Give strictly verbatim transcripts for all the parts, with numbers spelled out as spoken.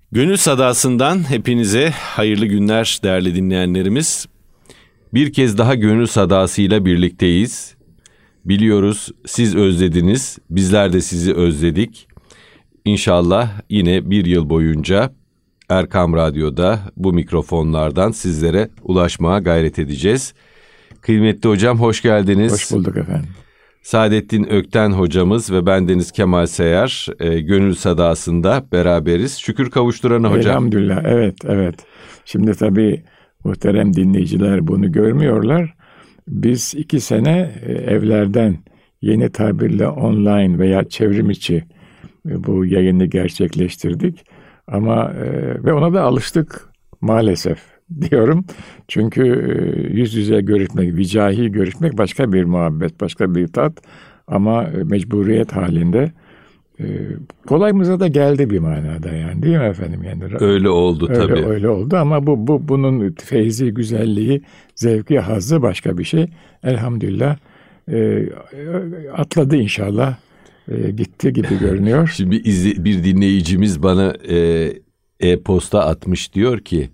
Gönül Sadası'ndan hepinize hayırlı günler değerli dinleyenlerimiz. Bir kez daha Gönül Sadası'yla birlikteyiz. Biliyoruz siz özlediniz, bizler de sizi özledik. İnşallah yine bir yıl boyunca Erkam Radyo'da bu mikrofonlardan sizlere ulaşmaya gayret edeceğiz. Kıymetli hocam hoş geldiniz. Hoş bulduk efendim. Saadettin Ökten hocamız ve bendeniz Kemal Seyar e, Gönül Sadası'nda beraberiz. Şükür kavuşturana hocam. Elhamdülillah, evet evet. Şimdi tabii muhterem dinleyiciler bunu görmüyorlar. Biz iki sene evlerden yeni tabirle online veya çevrim içi bu yayını gerçekleştirdik. Ama ve ona da alıştık maalesef diyorum. Çünkü yüz yüze görüşmek, vicahi görüşmek başka bir muhabbet, başka bir tat. Ama mecburiyet halinde kolayımıza da geldi bir manada yani, değil mi efendim? Yani öyle oldu öyle, tabii. Öyle oldu ama bu, bu bunun feyzi, güzelliği, zevki, hazzı başka bir şey. Elhamdülillah e, atladı inşallah. E, gitti gibi görünüyor. Şimdi izle, bir dinleyicimiz bana e, e-posta atmış, diyor ki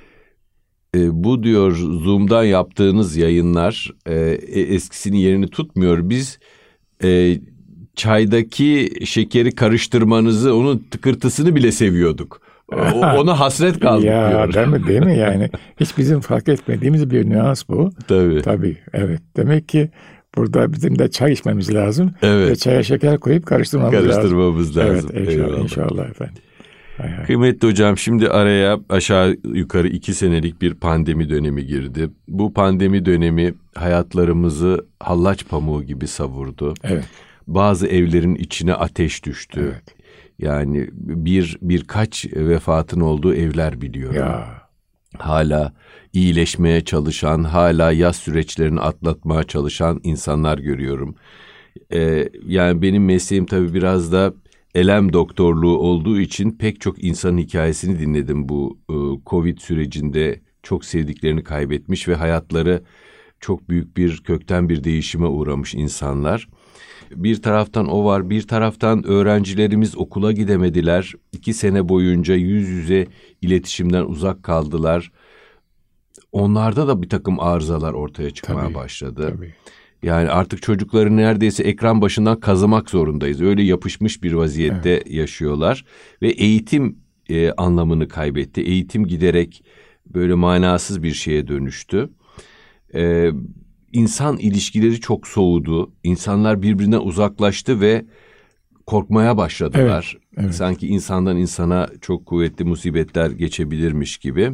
e, bu diyor Zoom'dan yaptığınız yayınlar e, eskisinin yerini tutmuyor. Biz e, çaydaki şekeri karıştırmanızı, onun tıkırtısını bile seviyorduk. O, ona hasret kaldık ya, diyor. Değil mi, değil mi yani? Hiç bizim fark etmediğimiz bir nüans bu. Tabii. Tabii, evet. Demek ki burada bizim de çay içmemiz lazım. Evet. Ve çaya şeker koyup karıştırmamız, karıştırmamız lazım. lazım. Evet, inşallah, Eyvallah. inşallah efendim. Hay hay. Kıymetli hocam, şimdi araya aşağı yukarı iki senelik bir pandemi dönemi girdi. Bu pandemi dönemi hayatlarımızı hallaç pamuğu gibi savurdu. Evet. Bazı evlerin içine ateş düştü. Evet. Yani bir birkaç vefatın olduğu evler biliyorum. Ya. Hala iyileşmeye çalışan, hala yaz süreçlerini atlatmaya çalışan insanlar görüyorum. Ee, yani benim mesleğim tabii biraz da elem doktorluğu olduğu için pek çok insanın hikayesini dinledim bu e, Covid sürecinde. Çok sevdiklerini kaybetmiş ve hayatları çok büyük bir kökten bir değişime uğramış insanlar. Bir taraftan o var, bir taraftan öğrencilerimiz okula gidemediler. İki sene boyunca yüz yüze iletişimden uzak kaldılar. Onlarda da bir takım arızalar ortaya çıkmaya Tabii, başladı. Tabii. Yani artık çocukları neredeyse ekran başından kazımak zorundayız. Öyle yapışmış bir vaziyette evet. yaşıyorlar. Ve eğitim e, anlamını kaybetti. Eğitim giderek böyle manasız bir şeye dönüştü. E, insan ilişkileri çok soğudu. İnsanlar birbirinden uzaklaştı ve korkmaya başladılar. Evet, evet. Sanki insandan insana çok kuvvetli musibetler geçebilirmiş gibi.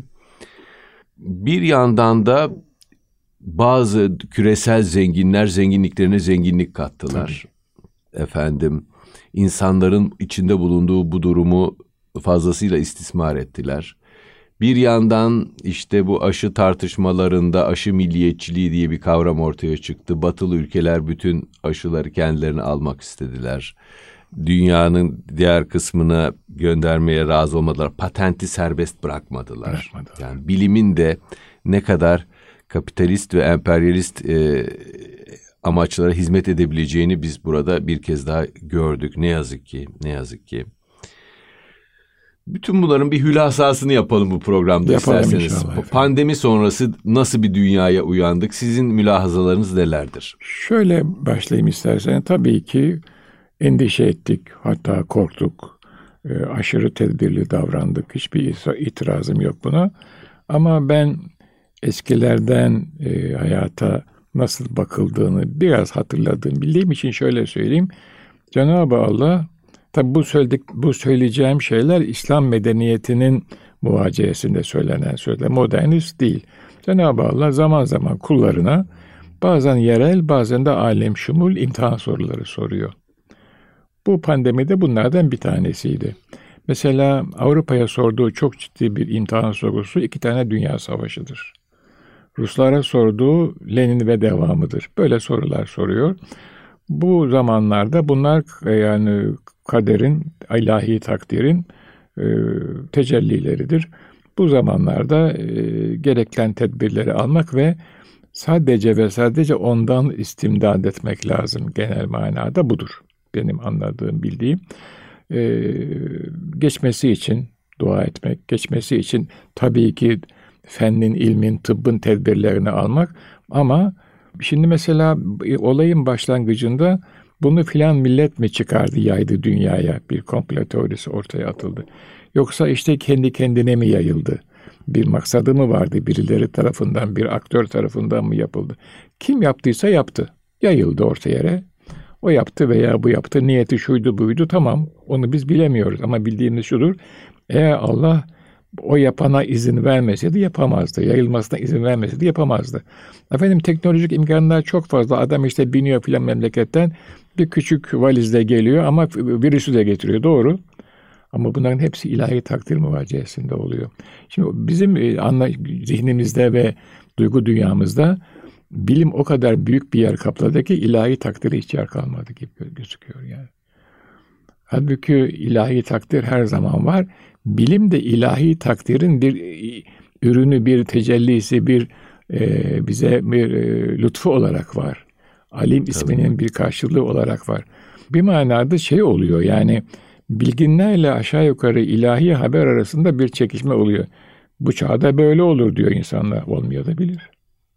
Bir yandan da bazı küresel zenginler zenginliklerine zenginlik kattılar. Tabii. Efendim, insanların içinde bulunduğu bu durumu fazlasıyla istismar ettiler. Bir yandan işte bu aşı tartışmalarında aşı milliyetçiliği diye bir kavram ortaya çıktı. Batılı ülkeler bütün aşıları kendilerine almak istediler. Dünyanın diğer kısmına göndermeye razı olmadılar. Patenti serbest bırakmadılar. Bırakmadılar. Yani bilimin de ne kadar kapitalist ve emperyalist e, amaçlara hizmet edebileceğini biz burada bir kez daha gördük. Ne yazık ki, ne yazık ki. Bütün bunların bir hülasasını yapalım bu programda Yapalım isterseniz. inşallah. Pandemi sonrası nasıl bir dünyaya uyandık? Sizin mülahazalarınız nelerdir? Şöyle başlayayım istersen. Tabii ki endişe ettik, hatta korktuk. E, aşırı tedbirli davrandık. Hiçbir itirazım yok buna. Ama ben eskilerden e, hayata nasıl bakıldığını biraz hatırladığım, bildiğim için şöyle söyleyeyim. Cenab-ı Allah, tabi bu söyledik, bu söyleyeceğim şeyler İslam medeniyetinin muvaciyesinde söylenen sözler, modernist değil. Cenab-ı Allah zaman zaman kullarına bazen yerel, bazen de alem şumul imtihan soruları soruyor. Bu pandemide bunlardan bir tanesiydi. Mesela Avrupa'ya sorduğu çok ciddi bir imtihan sorusu iki tane dünya savaşıdır. Ruslara sorduğu Lenin ve devamıdır. Böyle sorular soruyor. Bu zamanlarda bunlar yani kaderin, ilahi takdirin e, tecellileridir. Bu zamanlarda e, gereken tedbirleri almak ve sadece ve sadece ondan istimdad etmek lazım. Genel manada budur. Benim anladığım, bildiğim. Ee, geçmesi için dua etmek, geçmesi için tabii ki fennin, ilmin, tıbbın tedbirlerini almak. Ama şimdi mesela olayın başlangıcında bunu filan millet mi çıkardı, yaydı dünyaya, bir komplo teorisi ortaya atıldı. Yoksa işte kendi kendine mi yayıldı? Bir maksadı mı vardı? Birileri tarafından, bir aktör tarafından mı yapıldı? Kim yaptıysa yaptı. Yayıldı orta yere. O yaptı veya bu yaptı. Niyeti şuydu buydu, tamam. Onu biz bilemiyoruz ama bildiğimiz şudur. Eğer Allah o yapana izin vermeseydi yapamazdı. Yayılmasına izin vermeseydi yapamazdı. Efendim teknolojik imkanlar çok fazla. Adam işte biniyor filan memleketten, bir küçük valizle geliyor ama virüsü de getiriyor. Doğru. Ama bunların hepsi ilahi takdir muvaciyesinde oluyor. Şimdi bizim anla, zihnimizde ve duygu dünyamızda bilim o kadar büyük bir yer kapladı ki ilahi takdire hiç yer kalmadı gibi gözüküyor yani. Halbuki ilahi takdir her zaman var. Bilim de ilahi takdirin bir ürünü, bir tecellisi, bir e, bize bir e, lütfu olarak var. Alim isminin bir karşılığı olarak var. Bir manada şey oluyor yani, bilginlerle aşağı yukarı ilahi haber arasında bir çekişme oluyor. Bu çağda böyle olur diyor insanlar, olmayabilir.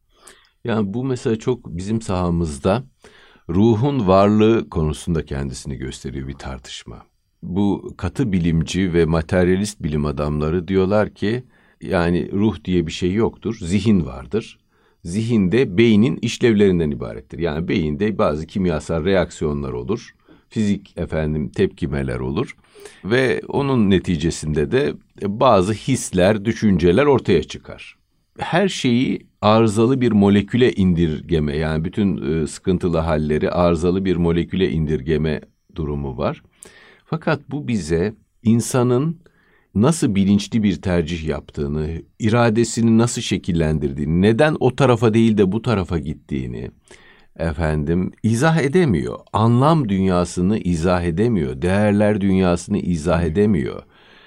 Yani bu mesela çok bizim sahamızda ruhun varlığı konusunda kendisini gösteriyor bir tartışma. Bu katı bilimci ve materyalist bilim adamları diyorlar ki yani ruh diye bir şey yoktur, zihin vardır. Zihin de beynin işlevlerinden ibarettir. Yani beyinde bazı kimyasal reaksiyonlar olur, fizik efendim tepkimeler olur ve onun neticesinde de bazı hisler, düşünceler ortaya çıkar. Her şeyi arızalı bir moleküle indirgeme, yani bütün e, sıkıntılı halleri arızalı bir moleküle indirgeme durumu var. Fakat bu bize insanın nasıl bilinçli bir tercih yaptığını, iradesini nasıl şekillendirdiğini, neden o tarafa değil de bu tarafa gittiğini efendim izah edemiyor. Anlam dünyasını izah edemiyor. Değerler dünyasını izah edemiyor.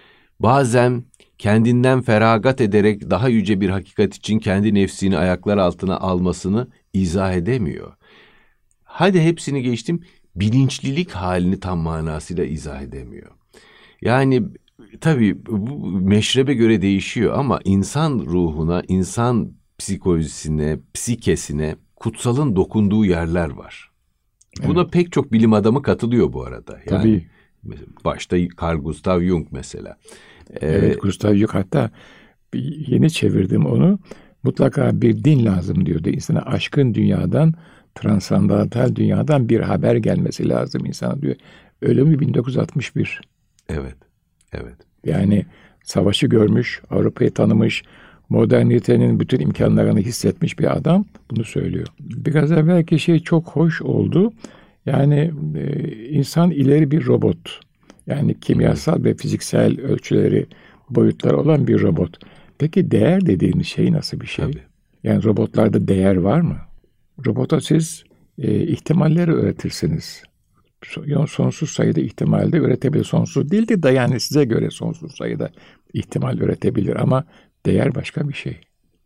Bazen kendinden feragat ederek daha yüce bir hakikat için kendi nefsini ayaklar altına almasını izah edemiyor. Hadi hepsini geçtim, bilinçlilik halini tam manasıyla izah edemiyor. Yani tabii bu meşrebe göre değişiyor ama insan ruhuna, insan psikolojisine, psikesine kutsalın dokunduğu yerler var. Buna evet. Pek çok bilim adamı katılıyor bu arada. Yani tabii. Başta Carl Gustav Jung mesela. Evet, ee, Gustav Jung hatta yeni çevirdim onu. Mutlaka bir din lazım diyordu. İnsana aşkın dünyadan, transandantal dünyadan bir haber gelmesi lazım insana diyor. Ölümü bin dokuz yüz altmış bir. Evet, evet. Yani savaşı görmüş, Avrupa'yı tanımış, modernitenin bütün imkanlarını hissetmiş bir adam bunu söylüyor. Biraz evvelki şey çok hoş oldu. Yani e, insan ileri bir robot. Yani kimyasal ve fiziksel ölçüleri, boyutları olan bir robot. Peki değer dediğiniz şey nasıl bir şey? Tabii. Yani robotlarda değer var mı? Robota siz e, ihtimalleri öğretirsiniz. Sonsuz sayıda ihtimalde üretebilir. Sonsuz değil de yani size göre sonsuz sayıda ihtimal üretebilir ama değer başka bir şey.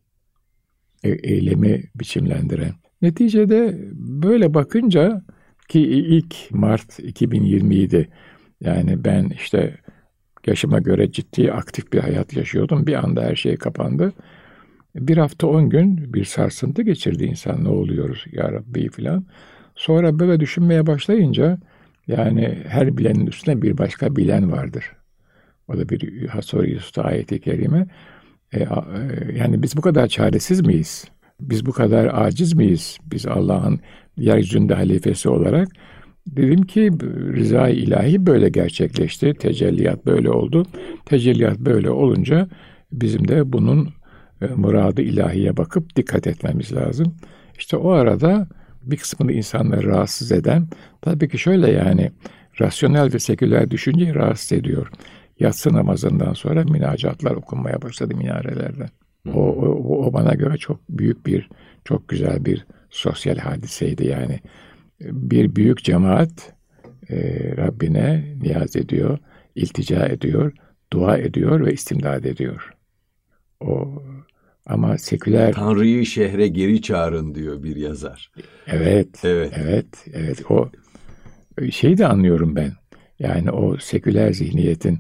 E, eylemi biçimlendiren. Neticede böyle bakınca ki ilk Mart iki bin yirmi yedi, yani ben işte yaşıma göre ciddi aktif bir hayat yaşıyordum. Bir anda her şey kapandı. Bir hafta on gün bir sarsıntı geçirdi insan. Ne oluyoruz ya Rabbi filan. Sonra böyle düşünmeye başlayınca yani her bilenin üstüne bir başka bilen vardır. O da bir Hasori Yusuf'ta ayeti kerime. E, e, yani biz bu kadar çaresiz miyiz? Biz bu kadar aciz miyiz? Biz Allah'ın yeryüzünde halifesi olarak. Dedim ki rıza-i ilahi böyle gerçekleşti. Tecelliyat böyle oldu. Tecelliyat böyle olunca bizim de bunun e, muradı ilahiye bakıp dikkat etmemiz lazım. İşte o arada bir kısmını insanları rahatsız eden, tabii ki şöyle yani rasyonel ve seküler düşünceyi rahatsız ediyor. Yatsı namazından sonra münacatlar okunmaya başladı minarelerden. O, o, o bana göre çok büyük bir, çok güzel bir sosyal hadiseydi yani. Bir büyük cemaat e, Rabbine niyaz ediyor, iltica ediyor, dua ediyor ve istimdad ediyor. O ama seküler... Tanrı'yı şehre geri çağırın diyor bir yazar. Evet, evet, evet, evet. O şeyi de anlıyorum ben. Yani o seküler zihniyetin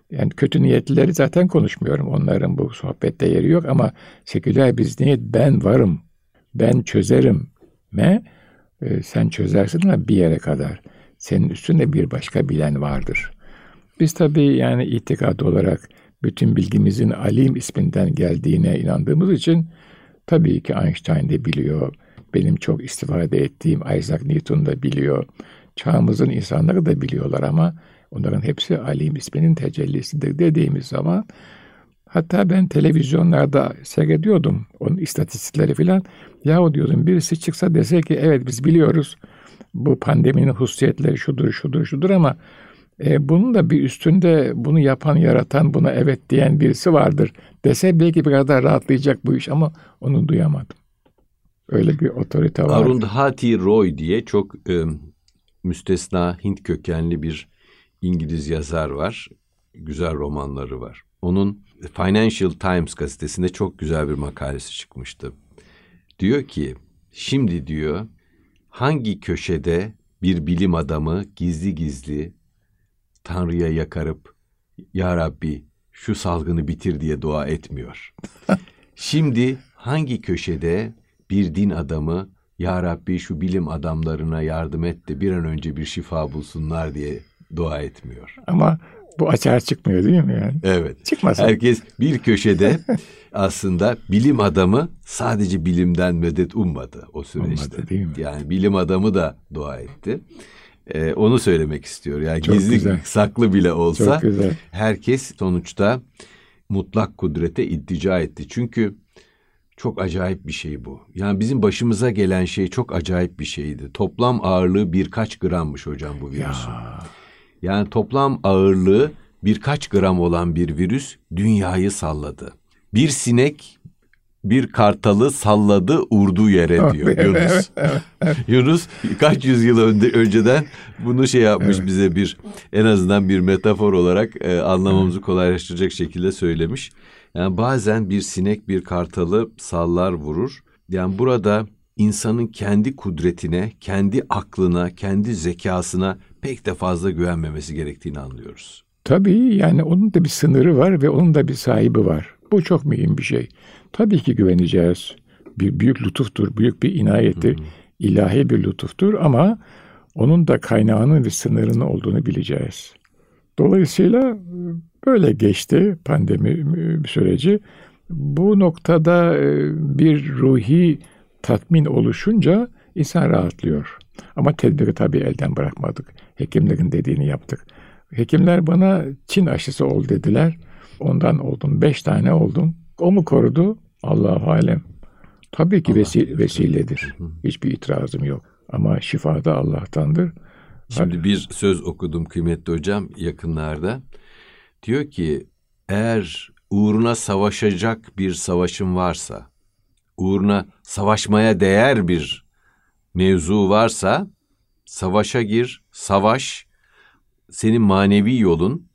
Yani kötü niyetlileri zaten konuşmuyorum. Onların bu sohbette yeri yok ama seküler bir zihniyet ben varım, ben çözerim. Me, e, sen çözersin ama bir yere kadar. Senin üstünde bir başka bilen vardır. Biz tabii yani itikad olarak bütün bilgimizin alim isminden geldiğine inandığımız için tabii ki Einstein de biliyor. Benim çok istifade ettiğim Isaac Newton da biliyor. Çağımızın insanları da biliyorlar ama onların hepsi alim isminin tecellisidir dediğimiz zaman hatta ben televizyonlarda seyrediyordum onun istatistikleri filan. Yahu diyordum birisi çıksa dese ki evet biz biliyoruz bu pandeminin hususiyetleri şudur şudur şudur ama e, bunun da bir üstünde bunu yapan yaratan buna evet diyen birisi vardır dese belki biraz daha rahatlayacak bu iş ama onu duyamadım. Öyle bir otorite var. Arundhati Roy diye çok e, müstesna Hint kökenli bir İngiliz yazar var. Güzel romanları var. Onun Financial Times gazetesinde çok güzel bir makalesi çıkmıştı. Diyor ki, şimdi diyor, hangi köşede bir bilim adamı gizli gizli Tanrı'ya yakarıp, Ya Rabbi şu salgını bitir diye dua etmiyor. Şimdi hangi köşede bir din adamı, Ya Rabbi şu bilim adamlarına yardım et de bir an önce bir şifa bulsunlar diye dua etmiyor. Ama bu açığa çıkmıyor değil mi yani? Evet. Çıkmasın. Herkes bir köşede aslında bilim adamı sadece bilimden medet ummadı o süreçte. Ummadı, değil mi? Yani bilim adamı da dua etti. Ee, onu söylemek istiyor. Yani Çok gizli güzel. saklı bile olsa Çok güzel. herkes sonuçta mutlak kudrete iltica etti. Çünkü çok acayip bir şey bu. Yani bizim başımıza gelen şey çok acayip bir şeydi. Toplam ağırlığı birkaç grammış hocam bu virüsün. Ya. Yani toplam ağırlığı birkaç gram olan bir virüs dünyayı salladı. Bir sinek bir kartalı salladı urdu yere diyor Yunus. Yunus kaç yüzyıl önde, önceden bunu şey yapmış evet. bize bir en azından bir metafor olarak e, anlamamızı kolaylaştıracak şekilde söylemiş. Yani bazen bir sinek bir kartalı sallar vurur. Yani burada insanın kendi kudretine, kendi aklına, kendi zekasına pek de fazla güvenmemesi gerektiğini anlıyoruz. Tabii yani onun da bir sınırı var ve onun da bir sahibi var. Bu çok mühim bir şey. Tabii ki güveneceğiz. Bir büyük lütuftur, büyük bir inayettir, hmm. ilahi bir lütuftur ama onun da kaynağının ve sınırının olduğunu bileceğiz. Dolayısıyla böyle geçti pandemi süreci. Bu noktada bir ruhi tatmin oluşunca insan rahatlıyor. Ama tedbiri tabii elden bırakmadık. Hekimlerin dediğini yaptık. Hekimler bana Çin aşısı ol dediler. Ondan oldum. Beş tane oldum. O mu korudu? Allahu alem. Tabii ki vesi- vesiledir. Hiçbir itirazım yok. Ama şifa da Allah'tandır. Şimdi bir söz okudum kıymetli hocam yakınlarda. Diyor ki eğer uğruna savaşacak bir savaşın varsa, uğruna savaşmaya değer bir mevzu varsa savaşa gir, savaş, senin manevi yolun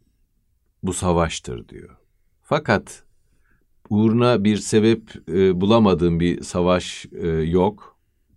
bu savaştır diyor. Fakat uğruna bir sebep e, bulamadığın bir savaş e, yok.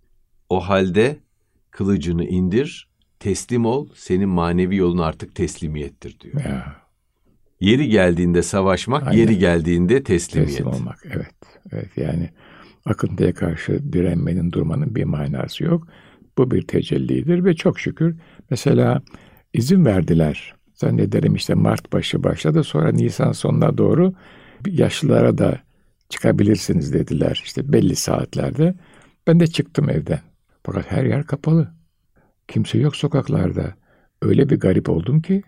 O halde kılıcını indir, teslim ol, senin manevi yolun artık teslimiyettir diyor. Ya. Yeri geldiğinde savaşmak, aynen. Yeri geldiğinde teslimiyet. Teslim olmak, evet. Evet yani akıntıya karşı direnmenin, durmanın bir manası yok. Bu bir tecellidir ve çok şükür mesela izin verdiler. Zannederim işte Mart başı başladı. Sonra Nisan sonuna doğru yaşlılara da çıkabilirsiniz dediler. İşte belli saatlerde. Ben de çıktım evden. Fakat her yer kapalı. Kimse yok sokaklarda. Öyle bir garip oldum ki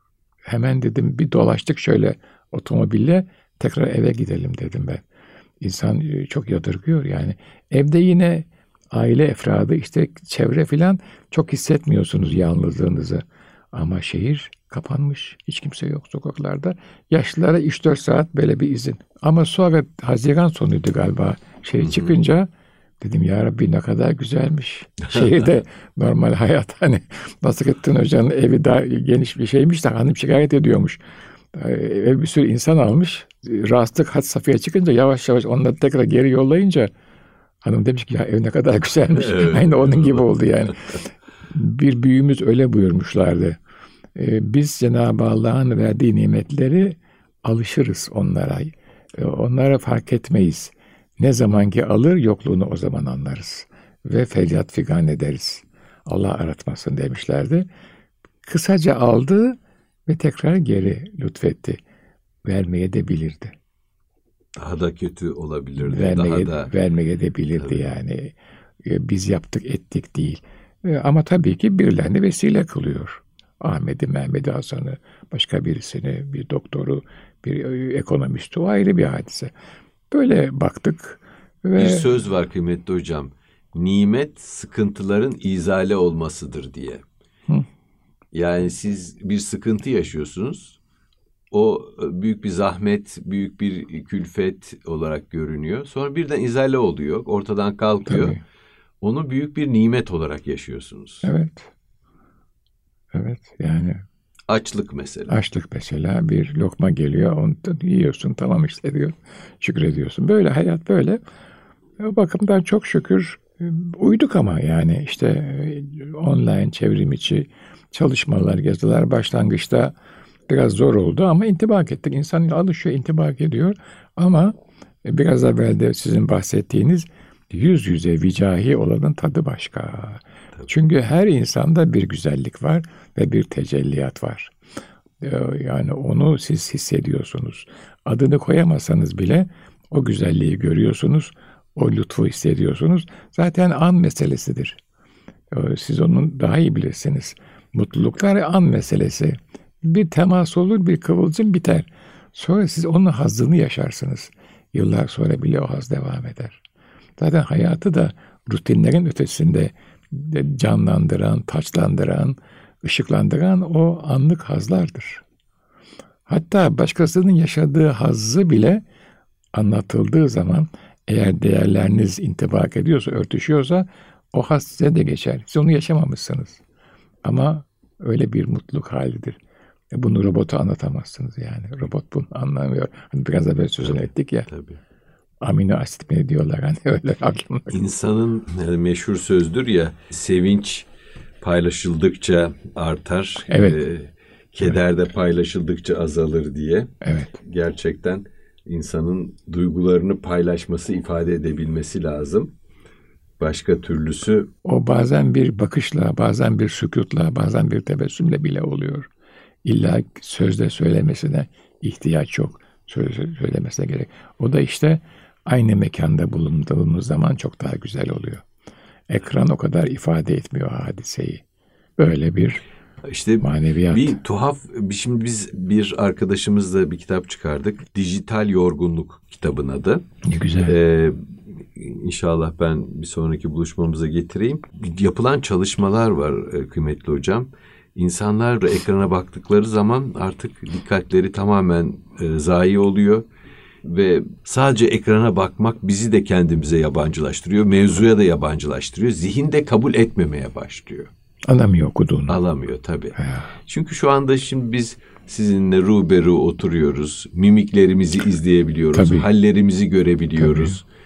hemen dedim bir dolaştık şöyle otomobille tekrar eve gidelim dedim ben. İnsan çok yadırgıyor yani. Evde yine aile efradı işte çevre filan çok hissetmiyorsunuz yalnızlığınızı. Ama şehir kapanmış. Hiç kimse yok sokaklarda. Yaşlılara üç dört saat böyle bir izin. Ama sonra Haziran sonuydu galiba. Şey Hı-hı. çıkınca dedim ya Rabbi ne kadar güzelmiş. Şehirde normal hayat hani Nasrettin Hoca'nın evi daha geniş bir şeymiş de hanım şikayet ediyormuş. Ev bir sürü insan almış. Rahatsızlık had safhaya çıkınca yavaş yavaş onları tekrar geri yollayınca hanım demiş ki ya ev ne kadar güzelmiş. Evet. Aynı onun gibi oldu yani. Bir büyüğümüz öyle buyurmuşlardı. e, biz Cenab-ı Allah'ın verdiği nimetleri alışırız onlara. E, onlara fark etmeyiz. Ne zaman ki alır yokluğunu o zaman anlarız. Ve feryat figan ederiz. Allah aratmasın demişlerdi. Kısaca aldı ve tekrar geri lütfetti. Vermeye de bilirdi. Daha da kötü olabilirdi. Vermeye, daha da vermeye de bilirdi tabii. Yani. E, biz yaptık ettik değil. E, ama tabii ki birilerini vesile kılıyor. Ahmet'i, Mehmet'i, Hasan'ı, başka birisini, bir doktoru, bir ekonomisti, o ayrı bir hadise. Böyle baktık. Ve... Bir söz var kıymetli hocam. Nimet sıkıntıların izale olmasıdır diye. Hı. Yani siz bir sıkıntı yaşıyorsunuz. O büyük bir zahmet, büyük bir külfet olarak görünüyor. Sonra birden izale oluyor, ortadan kalkıyor. Tabii. Onu büyük bir nimet olarak yaşıyorsunuz. Evet. Evet yani. Açlık mesela. Açlık mesela, bir lokma geliyor, onu yiyorsun, tamam işte diyor, şükrediyorsun. Böyle hayat böyle. O bakımdan çok şükür uyduk ama yani işte online çevrim içi çalışmalar, geziler başlangıçta biraz zor oldu ama intibak ettik. İnsan alışıyor, intibak ediyor ama biraz evvel de sizin bahsettiğiniz yüz yüze vicahi olanın tadı başka. Tabii. Çünkü her insanda bir güzellik var ve bir tecelliyat var. Yani onu siz hissediyorsunuz. Adını koyamasanız bile o güzelliği görüyorsunuz. O lütfu hissediyorsunuz. Zaten an meselesidir. Siz onu daha iyi bilirsiniz. Mutluluklar an meselesi. Bir temas olur, bir kıvılcım biter. Sonra siz onun hazzını yaşarsınız. Yıllar sonra bile o haz devam eder. Zaten hayatı da rutinlerin ötesinde canlandıran, taçlandıran, ışıklandıran o anlık hazlardır. Hatta başkasının yaşadığı hazzı bile anlatıldığı zaman eğer değerleriniz intibak ediyorsa, örtüşüyorsa o haz size de geçer. Siz onu yaşamamışsınız. Ama öyle bir mutluluk halidir. E bunu robota anlatamazsınız yani. Robot bunu anlamıyor. Hani biraz evvel sözünü tabii, ettik ya. Tabii. Amino asit mi diyorlar hani öyle aklımda. İnsanın yani meşhur sözdür ya, sevinç paylaşıldıkça artar. Evet. E, keder evet. de paylaşıldıkça azalır diye. Evet. Gerçekten insanın duygularını paylaşması, ifade edebilmesi lazım. Başka türlüsü... O bazen bir bakışla, bazen bir sükutla, bazen bir tebessümle bile oluyor. İlla sözde söylemesine ihtiyaç yok. Söz söylemesine gerek. O da işte aynı mekanda bulunduğumuz zaman çok daha güzel oluyor. Ekran o kadar ifade etmiyor hadiseyi. Böyle bir işte maneviyat. Bir tuhaf, şimdi biz bir arkadaşımızla bir kitap çıkardık. Dijital Yorgunluk kitabın adı. Ne güzel. Ee, İnşallah ben bir sonraki buluşmamıza getireyim. Yapılan çalışmalar var kıymetli hocam. İnsanlar ekrana baktıkları zaman artık dikkatleri tamamen e, zayi oluyor. Ve sadece ekrana bakmak bizi de kendimize yabancılaştırıyor. Mevzuya da yabancılaştırıyor. Zihin de kabul etmemeye başlıyor. Alamıyor okuduğunu. Alamıyor tabii. Ha. Çünkü şu anda şimdi biz sizinle ruberu oturuyoruz. Mimiklerimizi izleyebiliyoruz. Tabii. Hallerimizi görebiliyoruz. Tabii.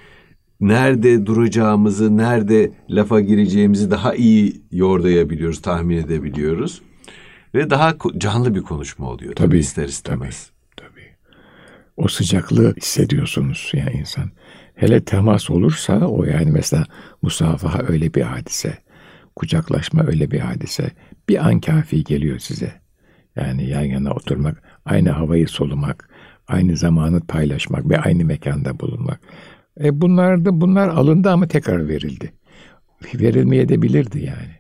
Nerede duracağımızı, nerede lafa gireceğimizi daha iyi yordayabiliyoruz, tahmin edebiliyoruz. Ve daha canlı bir konuşma oluyor. Tabii, tabii ister istemez. Tabii, tabii. O sıcaklığı hissediyorsunuz yani insan. Hele temas olursa o yani mesela musafaha öyle bir hadise. Kucaklaşma öyle bir hadise. Bir an kafi geliyor size. Yani yan yana oturmak, aynı havayı solumak, aynı zamanı paylaşmak ve aynı mekanda bulunmak. E bunlar da bunlar alındı ama tekrar verildi. Verilmeye de bilirdi yani.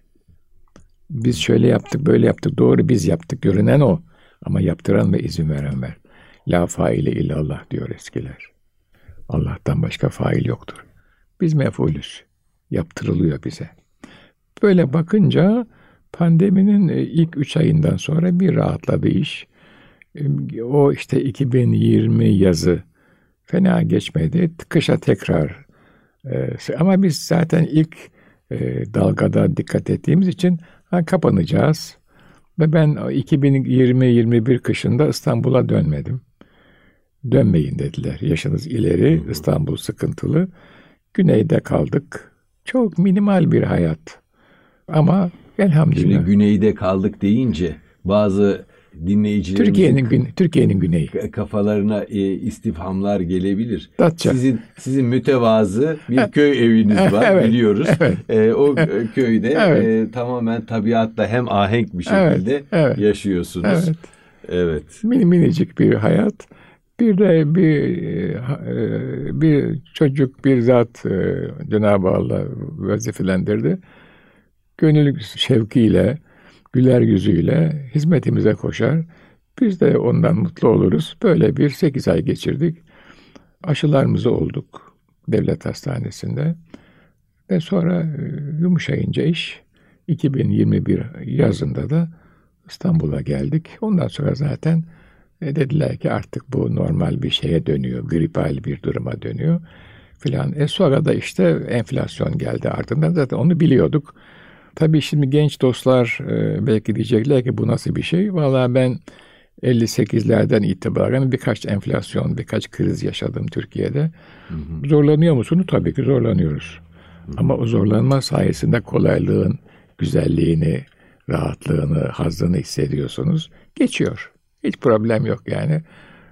Biz şöyle yaptık, böyle yaptık. Doğru biz yaptık. Görünen o. Ama yaptıran ve izin veren ver. La faile illallah diyor eskiler. Allah'tan başka fail yoktur. Biz mef'ulüz. Yaptırılıyor bize. Böyle bakınca pandeminin ilk üç ayından sonra bir rahatladı iş. O işte iki bin yirmi yazı fena geçmedi. Kışa tekrar. Ee, ama biz zaten ilk e, dalgada dikkat ettiğimiz için ha, kapanacağız. Ve ben iki bin yirmi yirmi bir kışında İstanbul'a dönmedim. Dönmeyin dediler. Yaşınız ileri, İstanbul sıkıntılı. Güneyde kaldık. Çok minimal bir hayat. Ama elhamdülillah. Şimdi güneyde kaldık deyince Bazı dinleyicilerimizin Türkiye'nin gün Türkiye'nin güneyi kafalarına e, istifhamlar gelebilir. Datça. Sizin sizin mütevazı bir köy eviniz var, evet, biliyoruz. Evet. E, o köyde evet. e, tamamen tabiatla hem ahenk bir şekilde evet, evet. yaşıyorsunuz. Evet. Evet. Min, minicik bir hayat. Bir de bir bir çocuk, bir zat Cenab-ı Allah vazifelendirdi. Gönül şevkiyle, güler yüzüyle hizmetimize koşar. Biz de ondan mutlu oluruz. Böyle bir sekiz ay geçirdik. Aşılarımızı olduk devlet hastanesinde. Ve sonra yumuşayınca iş iki bin yirmi bir yazında da İstanbul'a geldik. Ondan sonra zaten e, dediler ki artık bu normal bir şeye dönüyor. Gripal bir duruma dönüyor filan. E sonra da işte enflasyon geldi ardından. Zaten onu biliyorduk. Tabii şimdi genç dostlar e, belki diyecekler ki bu nasıl bir şey? Vallahi ben elli sekizlerden itibaren birkaç enflasyon, birkaç kriz yaşadım Türkiye'de. Hı hı. Zorlanıyor musunuz? Tabii ki zorlanıyoruz. Hı hı. Ama o zorlanma sayesinde kolaylığın güzelliğini, rahatlığını, hazzını hissediyorsunuz. Geçiyor. Hiç problem yok yani.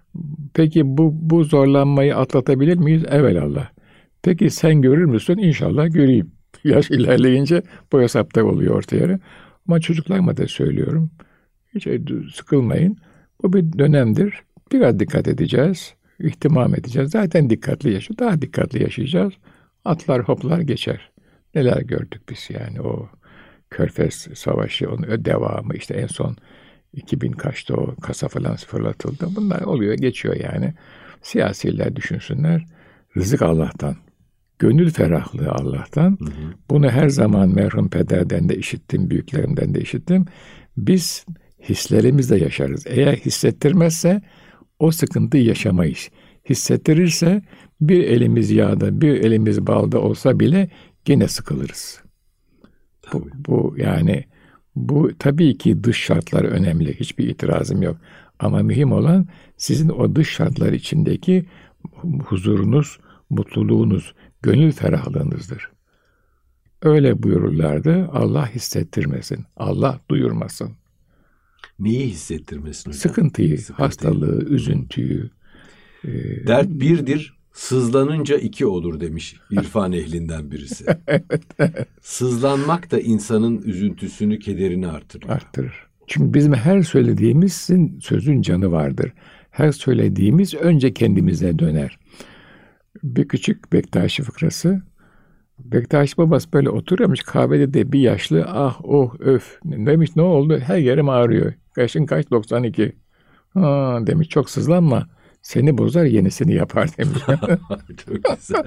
Peki bu, bu zorlanmayı atlatabilir miyiz? Evelallah. Peki sen görür müsün? İnşallah göreyim. Yaş ilerleyince bu hesapta oluyor ortaya. Ama çocuklarıma da söylüyorum. Hiç sıkılmayın. Bu bir dönemdir. Biraz dikkat edeceğiz. İhtimam edeceğiz. Zaten dikkatli yaşıyor. Daha dikkatli yaşayacağız. Atlar hoplar geçer. Neler gördük biz yani o Körfez Savaşı, onun devamı işte en son iki bin kaçta o kasa falan fırlatıldı. Bunlar oluyor, geçiyor yani. Siyasiler düşünsünler. Rızık Allah'tan. Gönül ferahlığı Allah'tan. Hı hı. Bunu her zaman merhum pederden de işittim, büyüklerimden de işittim. Biz hislerimizle yaşarız. Eğer hissettirmezse o sıkıntıyı yaşamayız. Hissettirirse bir elimiz yağda, bir elimiz balda olsa bile gene sıkılırız. Bu, bu yani bu tabii ki dış şartlar önemli. Hiçbir itirazım yok. Ama mühim olan sizin o dış şartlar içindeki huzurunuz, mutluluğunuz, gönül ferahlığınızdır. Öyle buyururlardı. Allah hissettirmesin. Allah duyurmasın. Neyi hissettirmesin hocam? Sıkıntıyı, Sıkıntıyı. hastalığı, üzüntüyü. E, Dert birdir, sızlanınca iki olur demiş irfan ehlinden birisi. evet, evet. Sızlanmak da insanın üzüntüsünü, kederini artırır. Arttırır. Çünkü bizim her söylediğimizin sözün canı vardır. Her söylediğimiz önce kendimize döner. Bir küçük Bektaşi fıkrası. Bektaşi babası böyle oturuyormuş kahvede de bir yaşlı ah oh öf demiş, ne oldu? Her yerim ağrıyor. Yaşın kaç? doksan iki. Ha, demiş çok sızlanma. Seni bozar yenisini yapar demiş. Çok güzel.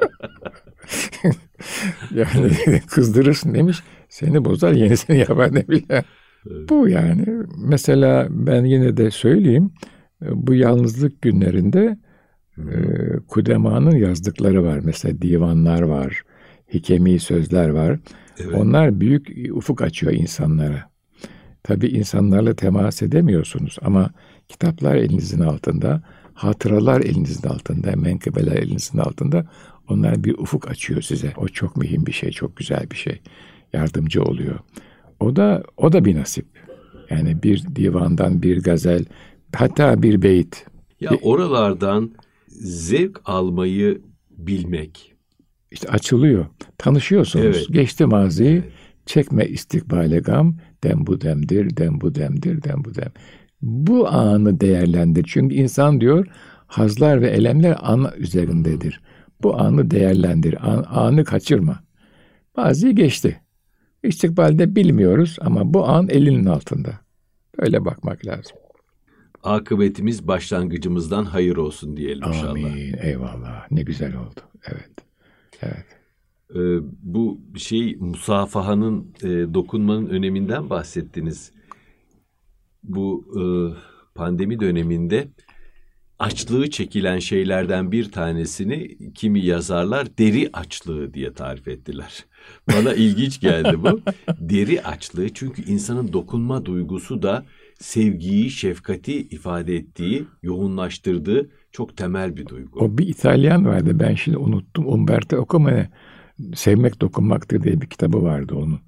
Yani kızdırırsın demiş. Seni bozar yenisini yapar demiş. Evet. Bu yani. Mesela ben yine de söyleyeyim. Bu yalnızlık günlerinde e, Kudema'nın yazdıkları var. Mesela divanlar var. Hikemi sözler var. Evet. Onlar büyük ufuk açıyor insanlara. Tabii insanlarla temas edemiyorsunuz ama kitaplar elinizin altında, hatıralar elinizin altında, menkıbeler elinizin altında. Onlar bir ufuk açıyor size. O çok mühim bir şey, çok güzel bir şey. Yardımcı oluyor. O da o da bir nasip. Yani bir divandan bir gazel, hatta bir beyit. Ya oralardan zevk almayı bilmek. İşte açılıyor. Tanışıyorsunuz. Evet. Geçti maziyi. Evet. Çekme istikbale gam. Dem bu demdir, dem bu demdir, dem bu dem. Bu anı değerlendir. Çünkü insan diyor hazlar ve elemler an üzerindedir. Bu anı değerlendir. An, anı kaçırma. Mazi geçti. İstikbalde bilmiyoruz ama bu an elinin altında. Öyle bakmak lazım. Akıbetimiz başlangıcımızdan hayır olsun diyelim Amin, inşallah. Amin. Eyvallah. Ne güzel oldu. Evet. Evet. Ee, bu şey musafahanın, e, dokunmanın öneminden bahsettiniz. Bu e, pandemi döneminde açlığı çekilen şeylerden bir tanesini kimi yazarlar deri açlığı diye tarif ettiler. Bana ilginç geldi bu. Deri açlığı, çünkü insanın dokunma duygusu da sevgiyi, şefkati ifade ettiği, yoğunlaştırdığı çok temel bir duygu. O bir İtalyan vardı, ben şimdi unuttum. Umberto Eco mu ne? Sevmek Dokunmaktır diye bir kitabı vardı onun.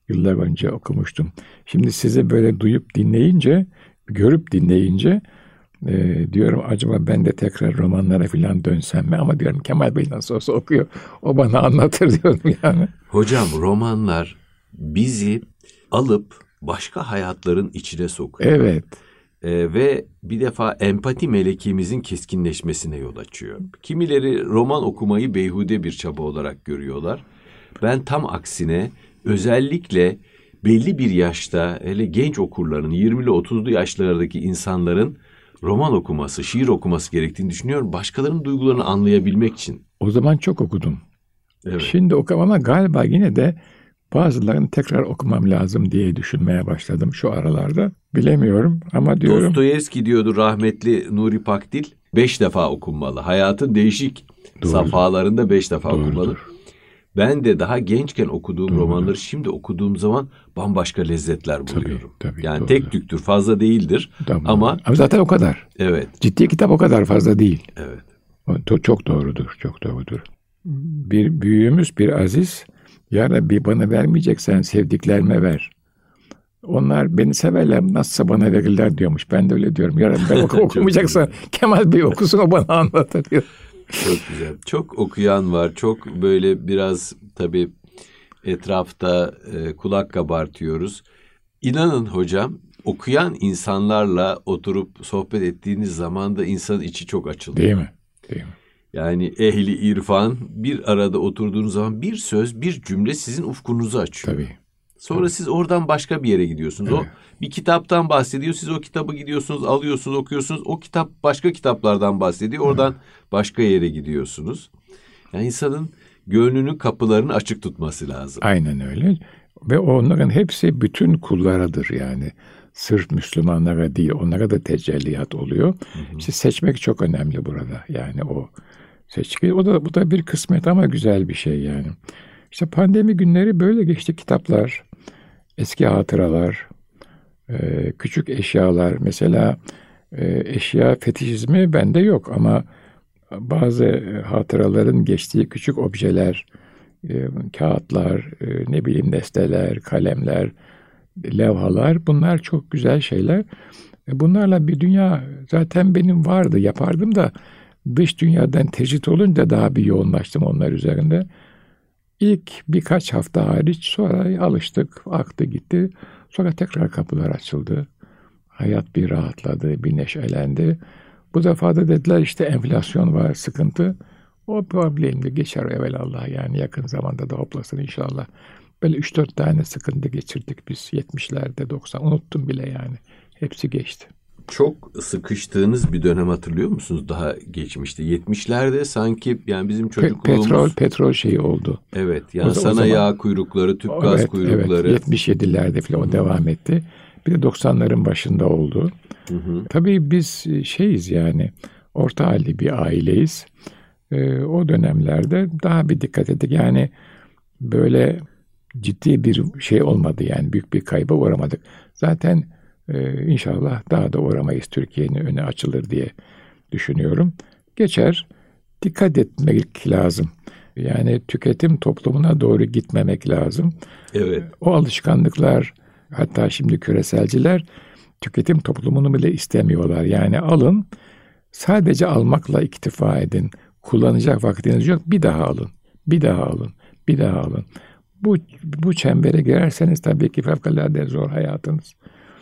Yıllar önce okumuştum. Şimdi sizi böyle duyup dinleyince, görüp dinleyince e, diyorum acaba ben de tekrar romanlara falan dönsem mi? Ama diyorum Kemal Bey nasıl olsa okuyor. O bana anlatır diyorum yani. Hocam romanlar bizi alıp başka hayatların içine sokuyor. Evet. Ee, ve bir defa empati melekimizin keskinleşmesine yol açıyor. Kimileri roman okumayı beyhude bir çaba olarak görüyorlar. Ben tam aksine özellikle belli bir yaşta, hele genç okurların, yirmili otuzlu yaşlardaki insanların roman okuması, şiir okuması gerektiğini düşünüyorum. Başkalarının duygularını anlayabilmek için. O zaman çok okudum. Evet. Şimdi okumam ama galiba yine de bazılarını tekrar okumam lazım diye düşünmeye başladım şu aralarda. Bilemiyorum ama diyorum. Dostoyevski diyordu rahmetli Nuri Pakdil, beş defa okunmalı. Hayatın değişik Doğrudur. safhalarında beş defa Doğrudur. okunmalı. Ben de daha gençken okuduğum Doğrudur. romanları şimdi okuduğum zaman bambaşka lezzetler buluyorum. Tabii, tabii, yani doğrudur. tek tüktür, fazla değildir. Tamam. Ama ama zaten o kadar. Evet. Ciddi kitap o kadar fazla değil. Evet. O çok doğrudur, çok doğrudur. Bir büyüğümüz, bir aziz, ya Rabbi bana vermeyeceksen sevdiklerime ver. Onlar beni severler, nasılsa bana verirler diyormuş. Ben de öyle diyorum. Ya Rabbi ben oku, okumayacaksan Kemal Bey okusun, o bana anlatır. Çok güzel. Çok okuyan var. Çok böyle biraz tabii etrafta e, kulak kabartıyoruz. İnanın hocam, okuyan insanlarla oturup sohbet ettiğiniz zaman da insanın içi çok açılıyor. Değil mi? Değil mi? Yani ehli irfan bir arada oturduğunuz zaman bir söz, bir cümle sizin ufkunuzu açıyor. Tabii. Sonra Tabii. siz oradan başka bir yere gidiyorsunuz. Evet. O bir kitaptan bahsediyor. Siz o kitabı gidiyorsunuz, alıyorsunuz, okuyorsunuz. O kitap başka kitaplardan bahsediyor. Oradan evet. başka yere gidiyorsunuz. Yani insanın gönlünün kapılarını açık tutması lazım. Aynen öyle. Ve onların hepsi bütün kullarıdır yani. Sırf Müslümanlara değil, onlara da tecelliyat oluyor. Hı hı. İşte seçmek çok önemli burada. Yani o seçki, o da bu da bir kısmet ama güzel bir şey yani. İşte pandemi günleri böyle geçti. Kitaplar, eski hatıralar, e, küçük eşyalar. Mesela e, eşya fetişizmi bende yok ama bazı hatıraların geçtiği küçük objeler, e, kağıtlar, e, ne bileyim nesneler, kalemler, levhalar, bunlar çok güzel şeyler. E, bunlarla bir dünya zaten benim vardı, yapardım da dış dünyadan tecrit olunca daha bir yoğunlaştım onlar üzerinde. İlk birkaç hafta hariç sonra alıştık, aktı gitti. Sonra tekrar kapılar açıldı. Hayat bir rahatladı, bir neşelendi. Bu defa da dediler işte enflasyon var, sıkıntı. O problemle geçer evvelallah, yani yakın zamanda da hoplasın inşallah. Böyle üç dört tane sıkıntı geçirdik biz yetmişlerde, doksan, unuttum bile yani. Hepsi geçti. Çok sıkıştığınız bir dönem hatırlıyor musunuz daha geçmişte? yetmişlerde sanki yani bizim çocukluğumuz... Petrol, petrol şeyi oldu. Evet, yani o, sana o zaman, yağ kuyrukları, tüp evet, gaz kuyrukları. Evet, yetmiş yedilerde falan o devam etti. Bir de doksanların başında oldu. Hı hı. Tabii biz şeyiz yani, orta halli bir aileyiz. Ee, o dönemlerde daha bir dikkat ettik. Yani böyle ciddi bir şey olmadı yani, büyük bir kayba uğramadık. Zaten e, inşallah daha da uğramayız, Türkiye'nin önü açılır diye düşünüyorum. Geçer, dikkat etmek lazım. Yani tüketim toplumuna doğru gitmemek lazım. Evet. O alışkanlıklar, hatta şimdi küreselciler tüketim toplumunu bile istemiyorlar. Yani alın, sadece almakla iktifa edin. Kullanacak vaktiniz yok, bir daha alın, bir daha alın, bir daha alın. Bu, bu çembere girerseniz tabii ki fevkalade zor hayatınız.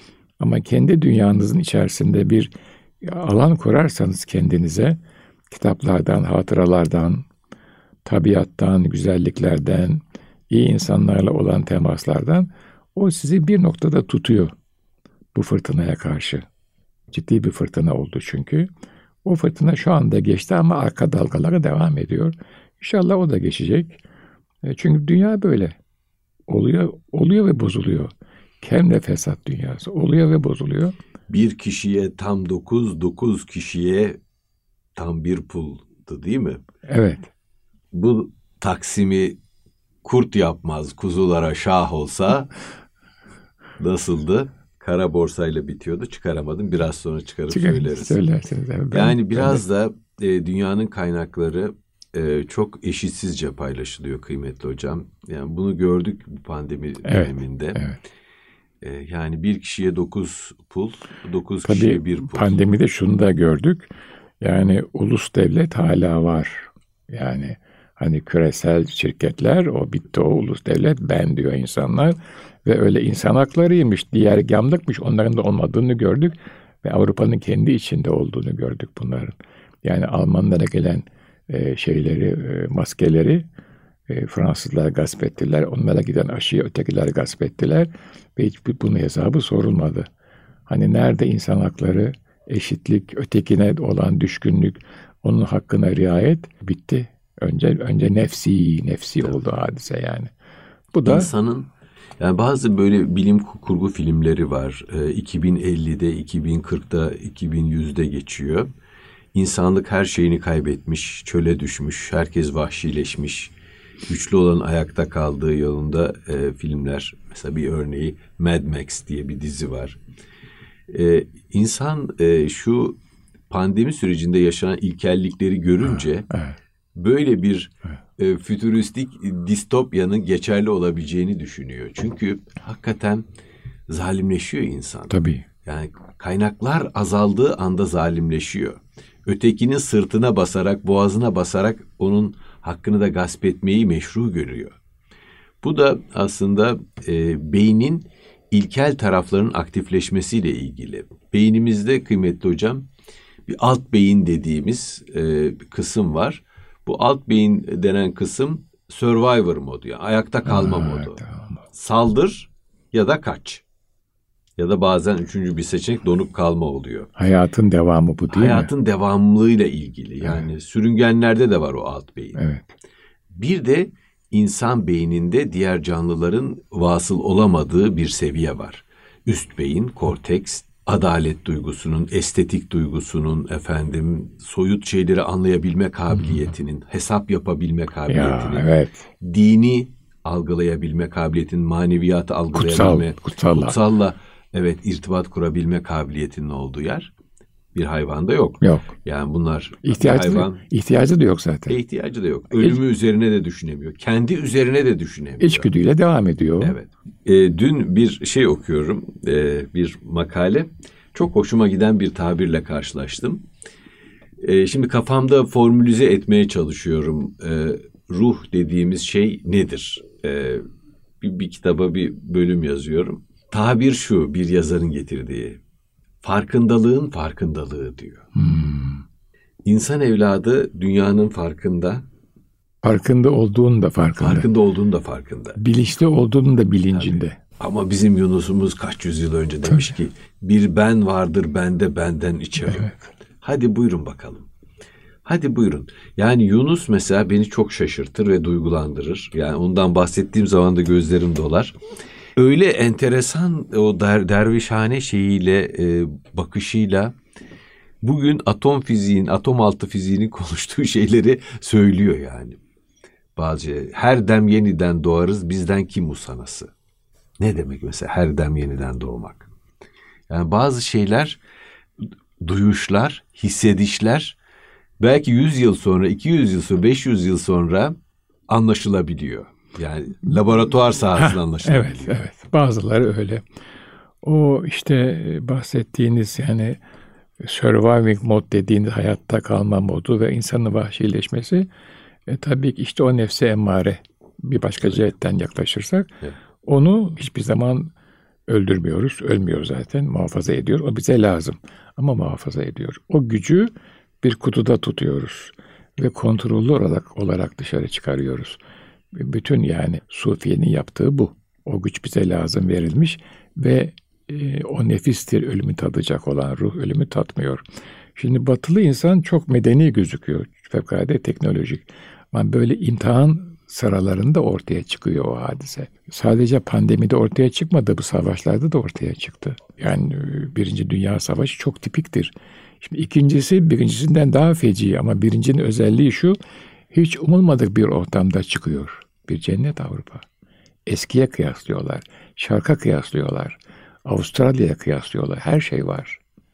Ama kendi dünyanızın içerisinde bir alan kurarsanız kendinize, kitaplardan, hatıralardan, tabiattan, güzelliklerden, iyi insanlarla olan temaslardan, o sizi bir noktada tutuyor bu fırtınaya karşı. Ciddi bir fırtına oldu çünkü. O fırtına şu anda geçti ama arka dalgaları devam ediyor. İnşallah o da geçecek. Çünkü dünya böyle. Oluyor, oluyor ve bozuluyor. Kemle fesat dünyası. Oluyor ve bozuluyor. Bir kişiye tam dokuz, dokuz kişiye tam bir puldu değil mi? Evet. Bu taksimi kurt yapmaz, kuzulara şah olsa nasıldı? Kara borsayla bitiyordu. Çıkaramadım. Biraz sonra çıkarıp Çıkar, söyleriz. Söylersiniz. Yani, ben, yani biraz ben de... da e, dünyanın kaynakları e, çok eşitsizce paylaşılıyor kıymetli hocam. Yani bunu gördük bu pandemi evet, döneminde. Evet. E, yani bir kişiye dokuz pul, dokuz Tabii kişiye bir pul. pandemide şunu da gördük. Yani ulus devlet hala var. Yani hani küresel şirketler, o bitti, o ulus devlet ben diyor insanlar. Ve öyle insan haklarıymış, diğer gamlıkmış, onların da olmadığını gördük. Ve Avrupa'nın kendi içinde olduğunu gördük bunların. Yani Almanlara gelen e, şeyleri, e, maskeleri e, Fransızlar gasp ettiler. Onlara giden aşıyı ötekiler gasp ettiler. Ve hiçbir bunun hesabı sorulmadı. Hani nerede insan hakları, eşitlik, ötekine olan düşkünlük, onun hakkına riayet bitti. Önce önce nefsi, nefsi Tabii. oldu hadise yani. Bu da İnsanın, yani bazı böyle bilim kurgu filmleri var. E, iki bin ellide, iki bin kırkta, iki bin yüzde geçiyor. İnsanlık her şeyini kaybetmiş, çöle düşmüş, herkes vahşileşmiş. Güçlü olan ayakta kaldığı yolunda e, filmler. Mesela bir örneği Mad Max diye bir dizi var. E, insan e, şu pandemi sürecinde yaşanan ilkellikleri görünce evet. böyle bir e, fütüristik distopyanın geçerli olabileceğini düşünüyor. Çünkü hakikaten zalimleşiyor insan. Tabii. Yani kaynaklar azaldığı anda zalimleşiyor. Ötekinin sırtına basarak, boğazına basarak onun hakkını da gasp etmeyi meşru görüyor. Bu da aslında e, beynin ilkel taraflarının aktifleşmesiyle ilgili. Beynimizde kıymetli hocam bir alt beyin dediğimiz e, kısım var. Bu alt beyin denen kısım survivor modu, yani ayakta kalma Aa, modu. tamam. Saldır ya da kaç. Ya da bazen üçüncü bir seçenek donup kalma oluyor. Hayatın devamı bu değil Hayatın mi? Hayatın devamlılığıyla ilgili. Yani evet. Sürüngenlerde de var o alt beyin. Evet. Bir de insan beyninde diğer canlıların vasıl olamadığı bir seviye var. Üst beyin, korteks, adalet duygusunun, estetik duygusunun, efendim soyut şeyleri anlayabilme kabiliyetinin, hesap yapabilme kabiliyetinin, Ya, evet. dini algılayabilme kabiliyetinin, maneviyatı algılayabilme, Kutsal, kutsalla. kutsalla evet irtibat kurabilme kabiliyetinin olduğu yer bir hayvanda yok. Yok. Yani bunlar İhtiyacı, hayvan da, ihtiyacı da yok zaten. e, ihtiyacı da yok. Ölümü İç, üzerine de düşünemiyor. Kendi üzerine de düşünemiyor. İçgüdüyle devam ediyor. Evet. E, dün bir şey okuyorum, e, bir makale. Çok hoşuma giden bir tabirle karşılaştım. E, şimdi kafamda formülize etmeye çalışıyorum. E, ruh dediğimiz şey nedir? E, bir, bir kitaba bir bölüm yazıyorum. Tabir şu, bir yazarın getirdiği. Farkındalığın farkındalığı diyor. Hmm. İnsan evladı dünyanın farkında. Farkında olduğunun da farkında. Farkında olduğunun da farkında. Bilinçli olduğunun da bilincinde. Tabii. Ama bizim Yunus'umuz kaç yüzyıl önce demiş Tabii. ki bir ben vardır bende benden içeri. Evet. Hadi buyurun bakalım. Hadi buyurun. Yani Yunus mesela beni çok şaşırtır ve duygulandırır. Yani ondan bahsettiğim zaman da gözlerim dolar. Öyle enteresan o der, dervişhane şeyiyle, e, bakışıyla bugün atom fiziğin, atom altı fiziğinin konuştuğu şeyleri söylüyor yani. Bazı her dem yeniden doğarız, bizden kim usanası? Ne demek mesela her dem yeniden doğmak? Yani bazı şeyler, duyuşlar, hissedişler belki yüz yıl sonra, iki yüz yıl sonra, beş yüz yıl sonra anlaşılabiliyor. Yani laboratuvar sahasında anlaşılabiliyor. Evet, evet. Bazıları öyle. O işte bahsettiğiniz yani surviving mod dediğiniz hayatta kalma modu ve insanın vahşileşmesi e, tabii ki işte o nefse emmare bir başka evet. cihetten yaklaşırsak evet. onu hiçbir zaman öldürmüyoruz. Ölmüyor zaten. Muhafaza ediyor. O bize lazım. Ama muhafaza ediyor. O gücü bir kutuda tutuyoruz. Ve kontrollü olarak, olarak dışarı çıkarıyoruz. Bütün yani Sufiye'nin yaptığı bu. O güç bize lazım verilmiş ve e, o nefistir ölümü tadacak olan ruh ölümü tatmıyor. Şimdi batılı insan çok medeni gözüküyor. Fevkalade teknolojik. Ama böyle imtihan sıralarında ortaya çıkıyor o hadise. Sadece pandemide ortaya çıkmadı, bu savaşlarda da ortaya çıktı. Yani Birinci Dünya Savaşı çok tipiktir. Şimdi ikincisi birincisinden daha feci ama birincinin özelliği şu, hiç umulmadık bir ortamda çıkıyor. Bir cennet Avrupa. Eskiye kıyaslıyorlar, Şark'a kıyaslıyorlar, Avustralya'ya kıyaslıyorlar. Her şey var.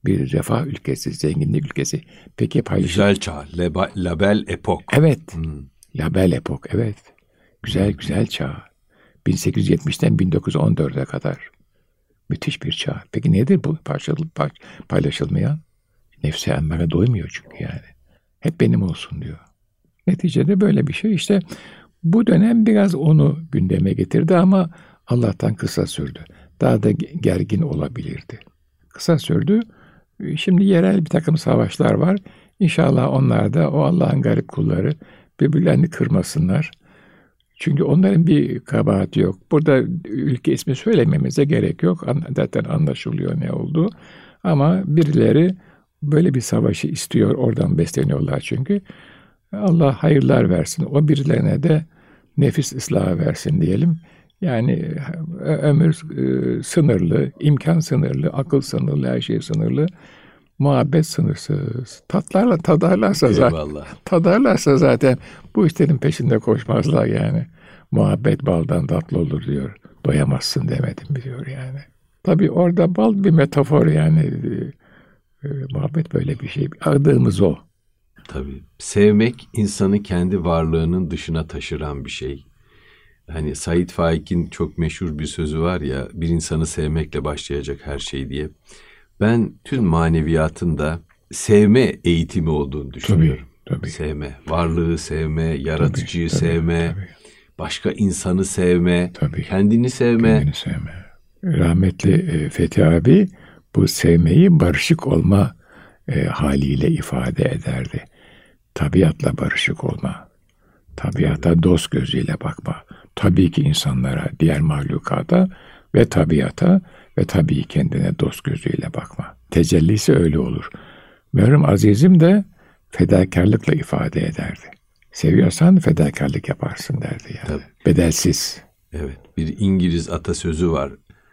bir refah ülkesi, zenginlik ülkesi. Peki paylaşım. Güzel çağ, leba, label epok. Evet, hmm. label epok, evet. Güzel güzel çağ. bin sekiz yüz yetmişten bin dokuz yüz on dörde kadar. Müthiş bir çağ. Peki nedir bu paylaşılmayan? Nefsi emmare doymuyor çünkü yani. Hep benim olsun diyor. Neticede böyle bir şey. İşte bu dönem biraz onu gündeme getirdi ama Allah'tan kısa sürdü. Daha da gergin olabilirdi. Kısa sürdü. Şimdi yerel bir takım savaşlar var. İnşallah onlar da o Allah'ın garip kulları birbirlerini kırmasınlar. Çünkü onların bir kabahati yok. Burada ülke ismi söylememize gerek yok. Zaten anlaşılıyor ne olduğu. Ama birileri böyle bir savaşı istiyor. Oradan besleniyorlar çünkü. Allah hayırlar versin. O birilerine de nefis ıslahı versin diyelim. Yani ömür e, sınırlı, imkan sınırlı, akıl sınırlı, her şey sınırlı. Muhabbet sınırsız. Tatlarla tadarlarsa zaten, tadarlarsa zaten bu işlerin peşinde koşmazlar yani. Muhabbet baldan tatlı olur diyor. Doyamazsın demedim mi diyor yani. Tabii orada bal bir metafor yani. E, e, muhabbet böyle bir şey. Aradığımız o. Tabii. Sevmek insanı kendi varlığının dışına taşıran bir şey. Hani Said Faik'in çok meşhur bir sözü var ya, bir insanı sevmekle başlayacak her şey diye. Ben tüm maneviyatın da sevme eğitimi olduğunu düşünüyorum. Tabii, tabii. Sevme, varlığı sevme, yaratıcıyı tabii, sevme, tabii. başka insanı sevme, Tabii. kendini sevme. Kendini sevme. Rahmetli e, Fethi abi bu sevmeyi barışık olma e, haliyle ifade ederdi. Tabiatla barışık olma. Tabiata dost gözüyle bakma. Tabii ki insanlara, diğer mahlukata ve tabiata ve tabii kendine dost gözüyle bakma. Tecellisi öyle olur. Merhum Azizim de fedakarlıkla ifade ederdi. Seviyorsan fedakarlık yaparsın derdi yani. Tabii. Bedelsiz. Evet, bir İngiliz atasözü var.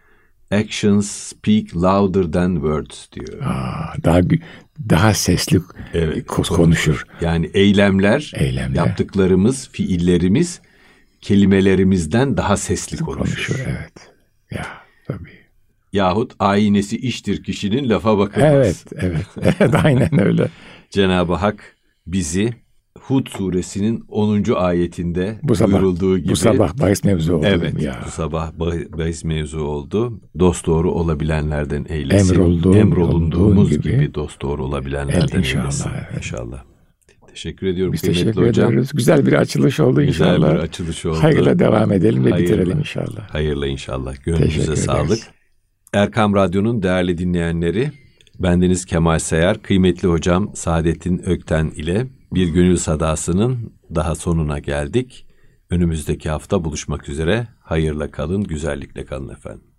Actions speak louder than words diyor. Aa, daha daha sesli evet, konuşur. konuşur. Yani eylemler, eylemler, yaptıklarımız, fiillerimiz kelimelerimizden daha sesli konuşur. konuşur. Evet. Ya tabii. Yahut aynesi iştir kişinin lafa bakılmaz. Evet, evet. Evet, aynen öyle. Cenab-ı Hak bizi Hud suresinin onuncu ayetinde bu sabah, buyurulduğu gibi. Bu sabah bahis mevzu oldu. Evet, ya. bu sabah bahis mevzu oldu. Dosdoğru olabilenlerden eylesin. Emrolduğum, Emrolunduğumuz gibi, gibi dosdoğru olabilenlerden inşallah, eylesin. Evet. İnşallah. Teşekkür ediyorum Biz kıymetli teşekkür hocam. Ediyoruz. Güzel bir açılış oldu Güzel inşallah. Güzel bir açılış oldu. Hayırla devam edelim ve Hayırla, bitirelim inşallah. Hayırla inşallah. Gönlünüze sağlık. Erkam Radyo'nun değerli dinleyenleri, bendeniz Kemal Sayar, kıymetli hocam Saadettin Ökten ile Bir Gönül Sadası'nın daha sonuna geldik. Önümüzdeki hafta buluşmak üzere. Hayırla kalın, güzellikle kalın efendim.